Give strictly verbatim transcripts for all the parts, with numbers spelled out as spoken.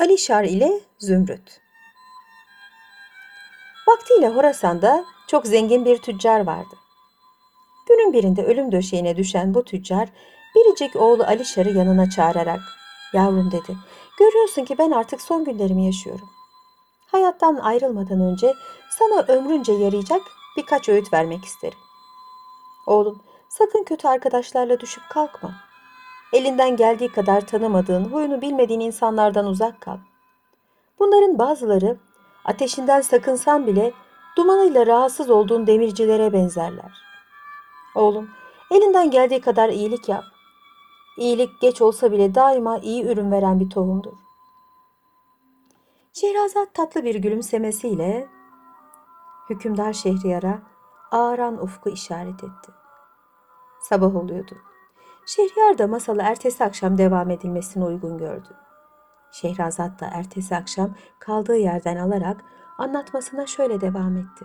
Alişar ile Zümrüt. Vaktiyle Horasan'da çok zengin bir tüccar vardı. Günün birinde ölüm döşeğine düşen bu tüccar biricik oğlu Alişar'ı yanına çağırarak "Yavrum," dedi, "görüyorsun ki ben artık son günlerimi yaşıyorum. Hayattan ayrılmadan önce sana ömrünce yarayacak birkaç öğüt vermek isterim. Oğlum, sakın kötü arkadaşlarla düşüp kalkma. Elinden geldiği kadar tanımadığın, huyunu bilmediğin insanlardan uzak kal. Bunların bazıları ateşinden sakınsan bile dumanıyla rahatsız olduğun demircilere benzerler. Oğlum, elinden geldiği kadar iyilik yap. İyilik geç olsa bile daima iyi ürün veren bir tohumdur." Şehrazat tatlı bir gülümsemesiyle hükümdar Şehriyar'a ağaran ufku işaret etti. Sabah oluyordu. Şehriyar da masalı ertesi akşam devam edilmesini uygun gördü. Şehrazat da ertesi akşam kaldığı yerden alarak anlatmasına şöyle devam etti.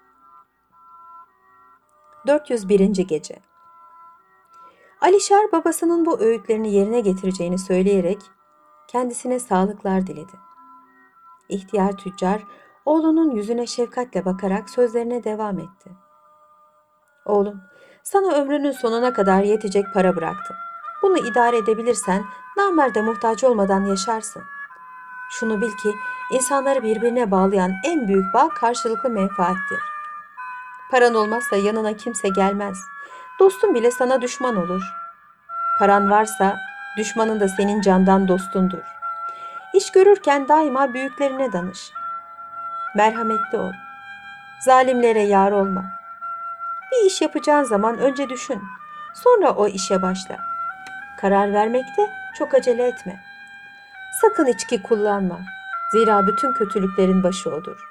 dört yüz birinci. Gece. Alişar babasının bu öğütlerini yerine getireceğini söyleyerek kendisine sağlıklar diledi. İhtiyar tüccar oğlunun yüzüne şefkatle bakarak sözlerine devam etti. "Oğlum, sana ömrünün sonuna kadar yetecek para bıraktım. Bunu idare edebilirsen namerde muhtaç olmadan yaşarsın. Şunu bil ki insanları birbirine bağlayan en büyük bağ karşılıklı menfaattir. Paran olmazsa yanına kimse gelmez. Dostun bile sana düşman olur. Paran varsa düşmanın da senin candan dostundur. İş görürken daima büyüklerine danış. Merhametli ol. Zalimlere yar olma. Bir iş yapacağın zaman önce düşün. Sonra o işe başla. Karar vermekte çok acele etme. Sakın içki kullanma. Zira bütün kötülüklerin başı odur."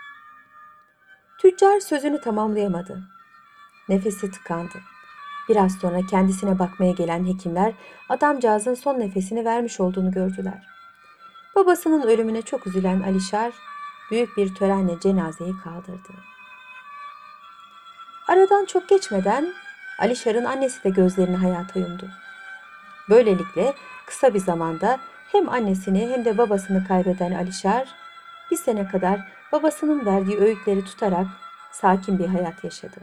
Tüccar sözünü tamamlayamadı. Nefesi tıkandı. Biraz sonra kendisine bakmaya gelen hekimler adamcağızın son nefesini vermiş olduğunu gördüler. Babasının ölümüne çok üzülen Alişar büyük bir törenle cenazeyi kaldırdı. Aradan çok geçmeden Alişar'ın annesi de gözlerini hayata yumdu. Böylelikle kısa bir zamanda hem annesini hem de babasını kaybeden Alişar bir sene kadar babasının verdiği öğütleri tutarak sakin bir hayat yaşadı.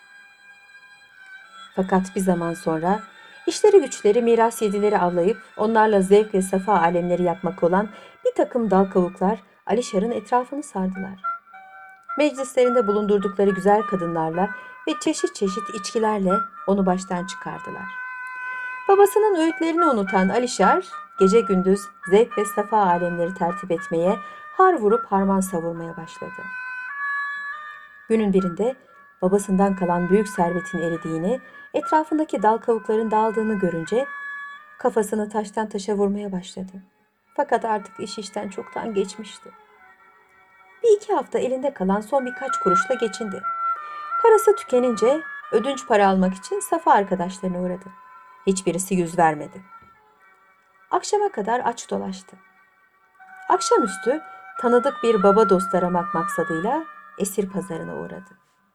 Fakat bir zaman sonra işleri güçleri miras yedileri avlayıp onlarla zevk ve safa alemleri yapmak olan bir takım dal kavuklar Alişar'ın etrafını sardılar. Meclislerinde bulundurdukları güzel kadınlarla ve çeşit çeşit içkilerle onu baştan çıkardılar. Babasının öğütlerini unutan Alişar gece gündüz zevk ve safa alemleri tertip etmeye, har vurup harman savurmaya başladı. Günün birinde babasından kalan büyük servetin eridiğini, etrafındaki dal kavukların dağıldığını görünce kafasını taştan taşa vurmaya başladı. Fakat artık iş işten çoktan geçmişti. Bir iki hafta elinde kalan son birkaç kuruşla geçindi. Parası tükenince ödünç para almak için safa arkadaşlarına uğradı. Hiçbirisi yüz vermedi. Akşama kadar aç dolaştı. Akşamüstü tanıdık bir baba dost aramak maksadıyla esir pazarına uğradı.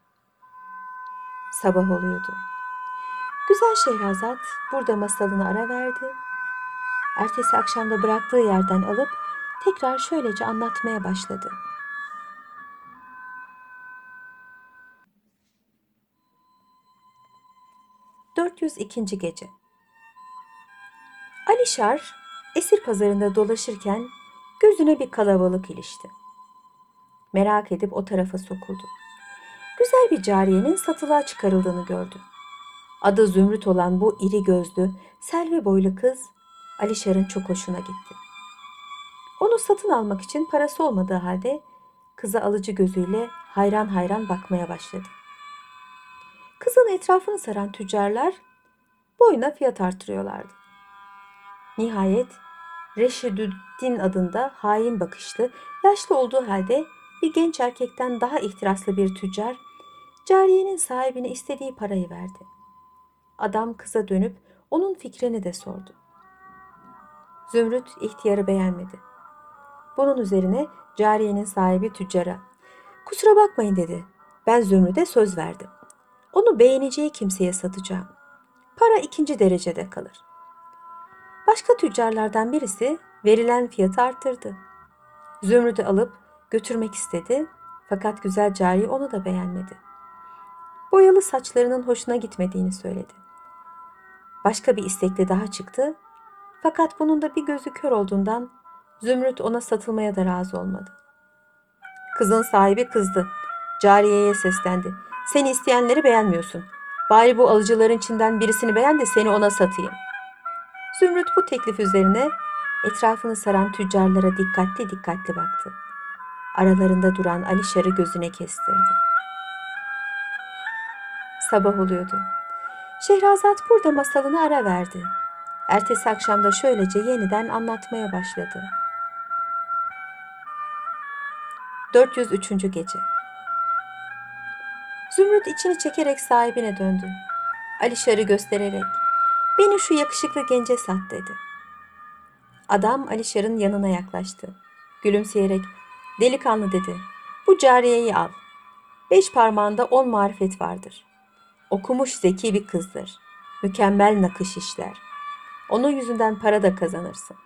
Sabah oluyordu. Güzel Şehrazat burada masalını ara verdi. Ertesi akşamda bıraktığı yerden alıp tekrar şöylece anlatmaya başladı. dört yüz ikinci. Gece. Alişar esir pazarında dolaşırken gözüne bir kalabalık ilişti. Merak edip o tarafa sokuldu. Güzel bir cariyenin satılığa çıkarıldığını gördü. Adı Zümrüt olan bu iri gözlü, selvi boylu kız Alişar'ın çok hoşuna gitti. Onu satın almak için parası olmadığı halde kıza alıcı gözüyle hayran hayran bakmaya başladı. Kızın etrafını saran tüccarlar boyuna fiyat artırıyorlardı. Nihayet Reşidüddin adında hain bakışlı, yaşlı olduğu halde bir genç erkekten daha ihtiraslı bir tüccar cariyenin sahibine istediği parayı verdi. Adam kıza dönüp onun fikrini de sordu. Zümrüt ihtiyarı beğenmedi. Bunun üzerine cariyenin sahibi tüccara "Kusura bakmayın," dedi. "Ben Zümrüt'e söz verdim. Onu beğeneceği kimseye satacağım. Para ikinci derecede kalır." Başka tüccarlardan birisi verilen fiyatı arttırdı. Zümrüt'ü alıp götürmek istedi fakat güzel cariye onu da beğenmedi. Boyalı saçlarının hoşuna gitmediğini söyledi. Başka bir istekle daha çıktı fakat bunun da bir gözü kör olduğundan Zümrüt ona satılmaya da razı olmadı. Kızın sahibi kızdı. Cariyeye seslendi. Seni isteyenleri beğenmiyorsun. Bari bu alıcıların içinden birisini beğen de seni ona satayım. Zümrüt bu teklif üzerine etrafını saran tüccarlara dikkatli dikkatli baktı. Aralarında duran Alişar'ı gözüne kestirdi. Sabah oluyordu. Şehrazat burada masalına ara verdi. Ertesi akşam da şöylece yeniden anlatmaya başladı. dört yüz üçüncü. Gece. Zümrüt içini çekerek sahibine döndü. Alişar'ı göstererek, beni şu yakışıklı gence sat dedi. Adam Alişar'ın yanına yaklaştı. Gülümseyerek, delikanlı dedi, bu cariyeyi al. Beş parmağında on marifet vardır. Okumuş zeki bir kızdır. Mükemmel nakış işler. Onun yüzünden para da kazanırsın.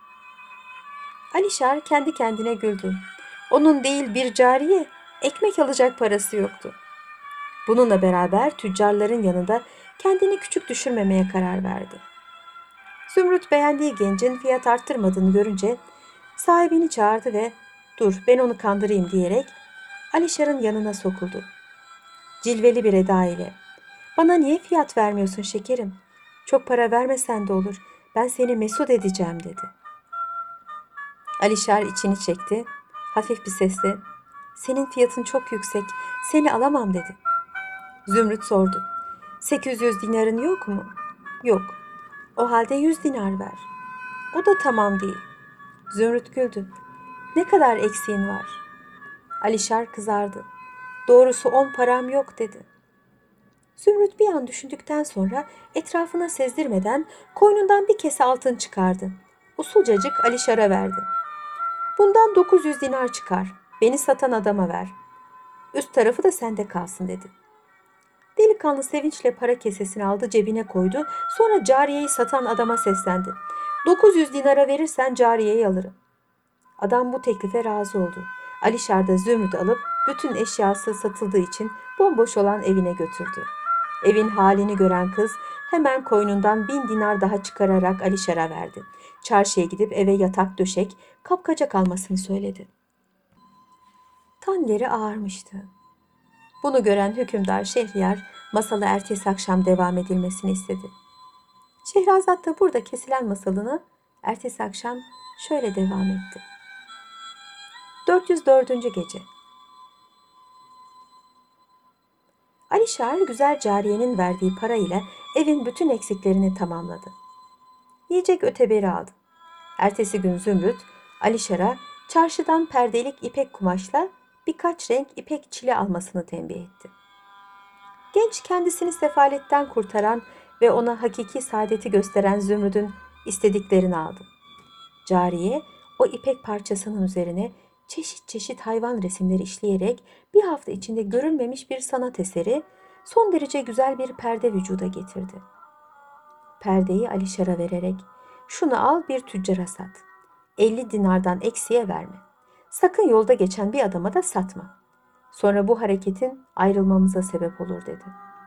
Alişar kendi kendine güldü. Onun değil bir cariye, ekmek alacak parası yoktu. Bununla beraber tüccarların yanında kendini küçük düşürmemeye karar verdi. Zümrüt beğendiği gencin fiyat arttırmadığını görünce sahibini çağırdı ve ''Dur ben onu kandırayım'' diyerek Alişar'ın yanına sokuldu. Cilveli bir eda ile ''Bana niye fiyat vermiyorsun şekerim? Çok para vermesen de olur. Ben seni mesut edeceğim'' dedi. Alişar içini çekti. Hafif bir sesle ''Senin fiyatın çok yüksek. Seni alamam'' dedi. Zümrüt sordu. sekiz yüz dinarın yok mu? Yok. O halde yüz dinar ver. O da tamam değil. Zümrüt güldü. Ne kadar eksiğin var? Alişar kızardı. Doğrusu on param yok dedi. Zümrüt bir an düşündükten sonra etrafına sezdirmeden koynundan bir kese altın çıkardı. Usulcacık Alişar'a verdi. Bundan dokuz yüz dinar çıkar. Beni satan adama ver. Üst tarafı da sende kalsın dedi. Delikanlı sevinçle para kesesini aldı, cebine koydu. Sonra cariyeyi satan adama seslendi. dokuz yüz dinara verirsen cariyeyi alırım. Adam bu teklife razı oldu. Alişar da Zümrüt'ü alıp bütün eşyası satıldığı için bomboş olan evine götürdü. Evin halini gören kız hemen koynundan bin dinar daha çıkararak Alişar'a verdi. Çarşıya gidip eve yatak döşek, kapkacak almasını söyledi. Tan yeri ağarmıştı. Bunu gören hükümdar Şehriyar masalı ertesi akşam devam edilmesini istedi. Şehrazat da burada kesilen masalını ertesi akşam şöyle devam etti. dört yüz dördüncü. Gece. Alişar güzel cariyenin verdiği para ile evin bütün eksiklerini tamamladı. Yiyecek öteberi aldı. Ertesi gün Zümrüt Alişar'a çarşıdan perdelik ipek kumaşla birkaç renk ipek çile almasını tembih etti. Genç kendisini sefaletten kurtaran ve ona hakiki saadeti gösteren Zümrüt'ün istediklerini aldı. Cariye o ipek parçasının üzerine çeşit çeşit hayvan resimleri işleyerek bir hafta içinde görülmemiş bir sanat eseri, son derece güzel bir perde vücuda getirdi. Perdeyi Alişar'a vererek şunu al bir tüccara sat. elli dinardan eksiye verme. Sakın yolda geçen bir adama da satma. Sonra bu hareketin ayrılmamıza sebep olur dedi.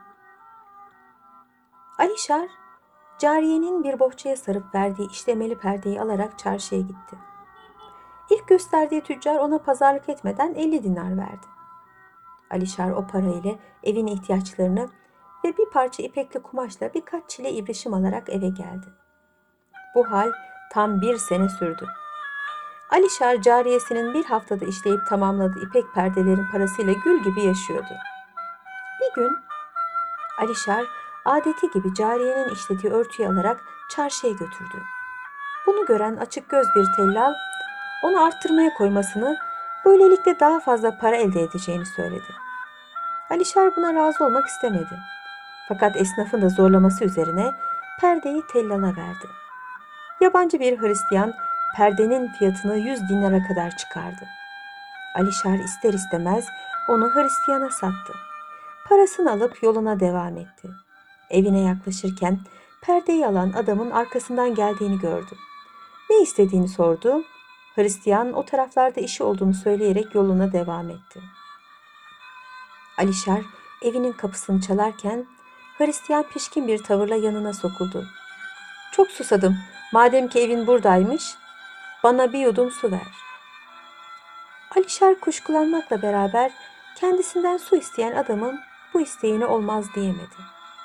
Alişar, cariyenin bir bohçaya sarıp verdiği işlemeli perdeyi alarak çarşıya gitti. İlk gösterdiği tüccar ona pazarlık etmeden elli dinar verdi. Alişar o parayla evin ihtiyaçlarını ve bir parça ipekli kumaşla birkaç çile ibrişim alarak eve geldi. Bu hal tam bir sene sürdü. Alişar cariyesinin bir haftada işleyip tamamladığı ipek perdelerin parasıyla gül gibi yaşıyordu. Bir gün Alişar adeti gibi cariyenin işlediği örtüyü alarak çarşıya götürdü. Bunu gören açık göz bir tellal onu arttırmaya koymasını, böylelikle daha fazla para elde edeceğini söyledi. Alişar buna razı olmak istemedi. Fakat esnafın da zorlaması üzerine perdeyi tellala verdi. Yabancı bir Hristiyan perdenin fiyatını yüz dinara kadar çıkardı. Alişar ister istemez onu Hristiyana sattı. Parasını alıp yoluna devam etti. Evine yaklaşırken perdeyi alan adamın arkasından geldiğini gördü. Ne istediğini sordu. Hristiyan o taraflarda işi olduğunu söyleyerek yoluna devam etti. Alişar evinin kapısını çalarken Hristiyan pişkin bir tavırla yanına sokuldu. Çok susadım. Madem ki evin buradaymış, bana bir yudum su ver. Alişar kuşkulanmakla beraber kendisinden su isteyen adamın bu isteğine olmaz diyemedi.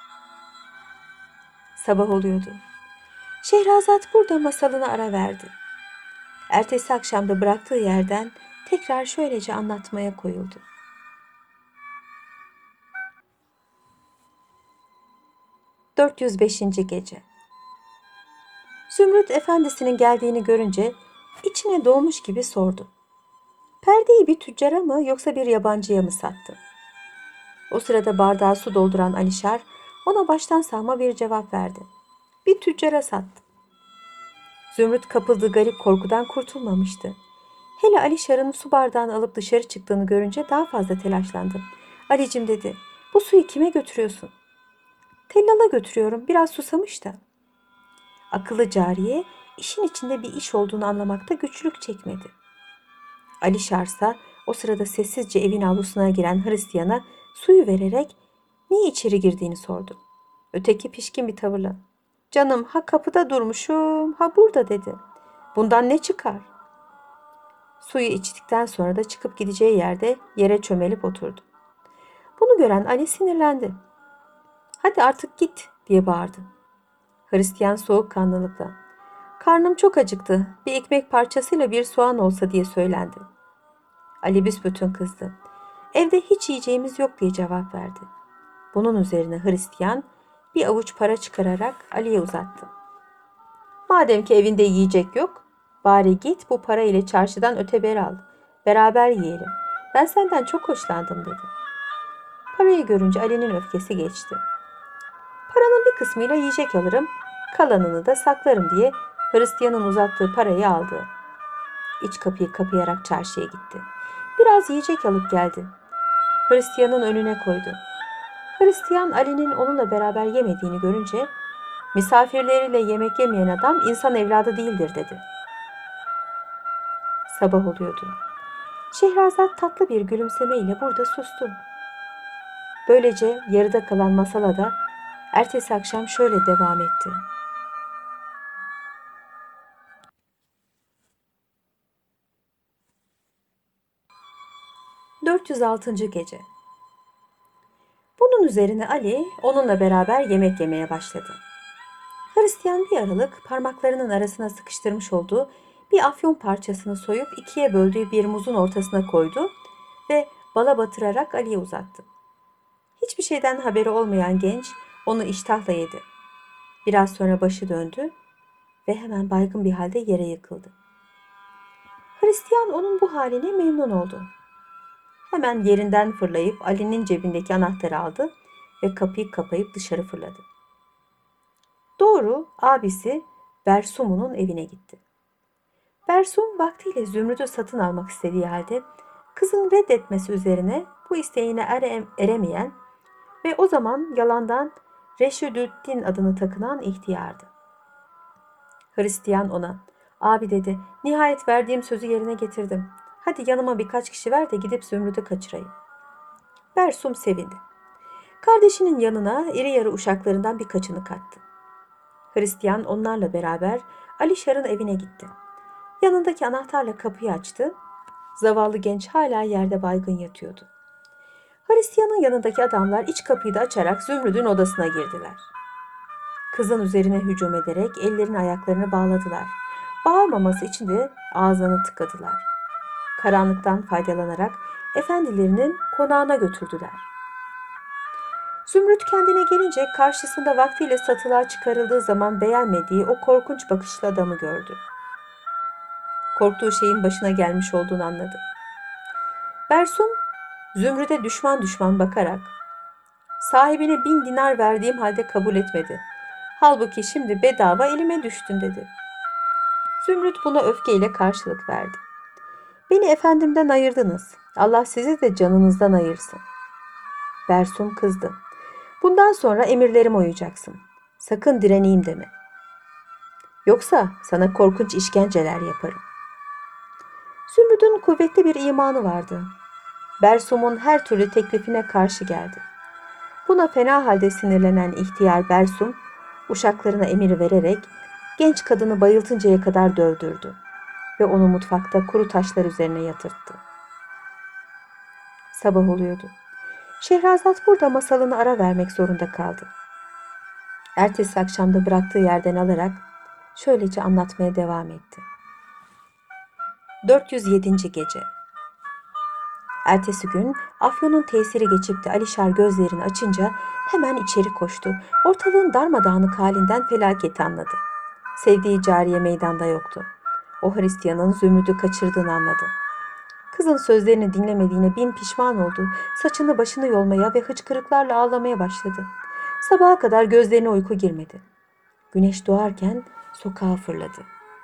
Sabah oluyordu. Şehrazat burada masalına ara verdi. Ertesi akşamda bıraktığı yerden tekrar şöylece anlatmaya koyuldu. dört yüz beşinci. Gece. Zümrüt efendisinin geldiğini görünce içine doğmuş gibi sordu. Perdeyi bir tüccara mı yoksa bir yabancıya mı sattı? O sırada bardağa su dolduran Alişar ona baştan sağma bir cevap verdi. Bir tüccara sattım. Zümrüt kapıldığı garip korkudan kurtulmamıştı. Hele Alişar'ın su bardağını alıp dışarı çıktığını görünce daha fazla telaşlandı. Alicim dedi, bu suyu kime götürüyorsun? Tellala götürüyorum, biraz susamış da. Akıllı cariye işin içinde bir iş olduğunu anlamakta güçlük çekmedi. Alişar ise o sırada sessizce evin avlusuna giren Hristiyan'a suyu vererek niye içeri girdiğini sordu. Öteki pişkin bir tavırla, canım ha kapıda durmuşum ha burada dedi. Bundan ne çıkar? Suyu içtikten sonra da çıkıp gideceği yerde yere çömelip oturdu. Bunu gören Ali sinirlendi. Hadi artık git diye bağırdı. Hristiyan soğukkanlılıkla, karnım çok acıktı, bir ekmek parçasıyla bir soğan olsa diye söylendi. Ali büsbütün kızdı. Evde hiç yiyeceğimiz yok diye cevap verdi. Bunun üzerine Hristiyan bir avuç para çıkararak Ali'ye uzattı. Madem ki evinde yiyecek yok, bari git bu para ile çarşıdan öteberi al. Beraber yiyelim. Ben senden çok hoşlandım dedi. Parayı görünce Ali'nin öfkesi geçti. Paranın bir kısmıyla yiyecek alırım, kalanını da saklarım diye Hristiyan'ın uzattığı parayı aldı. İç kapıyı kapayarak çarşıya gitti. Biraz yiyecek alıp geldi. Hristiyan'ın önüne koydu. Hristiyan Ali'nin onunla beraber yemediğini görünce misafirleriyle yemek yemeyen adam insan evladı değildir dedi. Sabah oluyordu. Şehrazat tatlı bir gülümsemeyle burada sustu. Böylece yarıda kalan masala da ertesi akşam şöyle devam etti. dört yüz altıncı. Gece. Bunun üzerine Ali onunla beraber yemek yemeye başladı. Hristiyan bir aralık parmaklarının arasına sıkıştırmış olduğu bir afyon parçasını soyup ikiye böldüğü bir muzun ortasına koydu ve bala batırarak Ali'ye uzattı. Hiçbir şeyden haberi olmayan genç onu iştahla yedi. Biraz sonra başı döndü ve hemen baygın bir halde yere yıkıldı. Hristiyan onun bu haline memnun oldu. Hemen yerinden fırlayıp Ali'nin cebindeki anahtarı aldı ve kapıyı kapayıp dışarı fırladı. Doğru abisi Bersum'un evine gitti. Bersum vaktiyle Zümrüt'ü satın almak istediği halde kızın reddetmesi üzerine bu isteğine ere eremeyen ve o zaman yalandan Reşidüddin adını takınan ihtiyardı. Hristiyan ona, abi dedi, nihayet verdiğim sözü yerine getirdim. Hadi yanıma birkaç kişi ver de gidip Zümrüt'ü kaçırayım. Bersum sevindi. Kardeşinin yanına iri yarı uşaklarından birkaçını kattı. Hristiyan onlarla beraber Alişar'ın evine gitti. Yanındaki anahtarla kapıyı açtı. Zavallı genç hala yerde baygın yatıyordu. Hristiyan'ın yanındaki adamlar iç kapıyı da açarak Zümrüt'ün odasına girdiler. Kızın üzerine hücum ederek ellerini ayaklarını bağladılar. Bağırmaması için de ağzını tıkadılar. Karanlıktan faydalanarak efendilerinin konağına götürdüler. Zümrüt kendine gelince karşısında vaktiyle satılığa çıkarıldığı zaman beğenmediği o korkunç bakışlı adamı gördü. Korktuğu şeyin başına gelmiş olduğunu anladı. Bersum Zümrüt'e düşman düşman bakarak sahibine bin dinar verdiğim halde kabul etmedi. Halbuki şimdi bedava elime düştün dedi. Zümrüt buna öfkeyle karşılık verdi. Beni efendimden ayırdınız. Allah sizi de canınızdan ayırsın. Bersum kızdı. Bundan sonra emirlerime uyacaksın. Sakın direneyim deme. Yoksa sana korkunç işkenceler yaparım. Zümrüt'ün kuvvetli bir imanı vardı. Bersum'un her türlü teklifine karşı geldi. Buna fena halde sinirlenen ihtiyar Bersum, uşaklarına emir vererek genç kadını bayıltıncaya kadar dövdürdü ve onu mutfakta kuru taşlar üzerine yatırttı. Sabah oluyordu. Şehrazat burada masalını ara vermek zorunda kaldı. Ertesi akşamda bıraktığı yerden alarak şöylece anlatmaya devam etti. dört yüz yedinci. Gece. Ertesi gün afyonun tesiri geçip de Alişar gözlerini açınca hemen içeri koştu. Ortalığın darmadağınık halinden felaketi anladı. Sevdiği cariye meydanda yoktu. O Hristiyanın Zümrüt'ü kaçırdığını anladı. Kızın sözlerini dinlemediğine bin pişman oldu. Saçını başını yolmaya ve hıçkırıklarla ağlamaya başladı. Sabaha kadar gözlerine uyku girmedi. Güneş doğarken sokağa fırladı.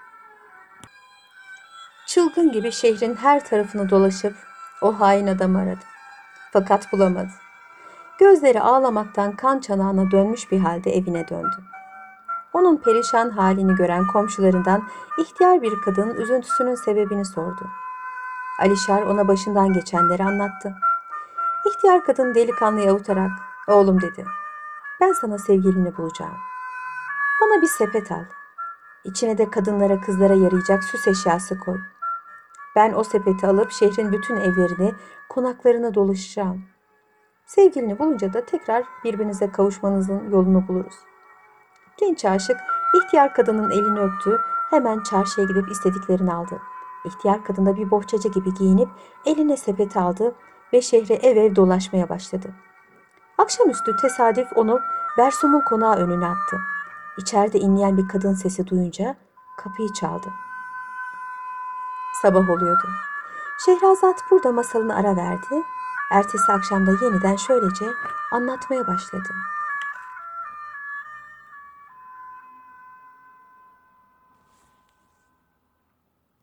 Çılgın gibi şehrin her tarafını dolaşıp o hain adamı aradı. Fakat bulamadı. Gözleri ağlamaktan kan çanağına dönmüş bir halde evine döndü. Onun perişan halini gören komşularından ihtiyar bir kadın üzüntüsünün sebebini sordu. Alişar ona başından geçenleri anlattı. İhtiyar kadın delikanlıyı avutarak, "Oğlum," dedi, "ben sana sevgilini bulacağım. Bana bir sepet al. İçine de kadınlara kızlara yarayacak süs eşyası koy. Ben o sepeti alıp şehrin bütün evlerini, konaklarını dolaşacağım. Sevgilini bulunca da tekrar birbirinize kavuşmanızın yolunu buluruz." Genç aşık ihtiyar kadının elini öptü, hemen çarşıya gidip istediklerini aldı. İhtiyar kadın da bir bohçacı gibi giyinip eline sepeti aldı ve şehre ev ev dolaşmaya başladı. Akşamüstü tesadüf onu Bersum'un konağı önüne attı. İçeride inleyen bir kadın sesi duyunca kapıyı çaldı. Sabah oluyordu. Şehrazat burada masalını ara verdi. Ertesi akşamda yeniden şöylece anlatmaya başladı.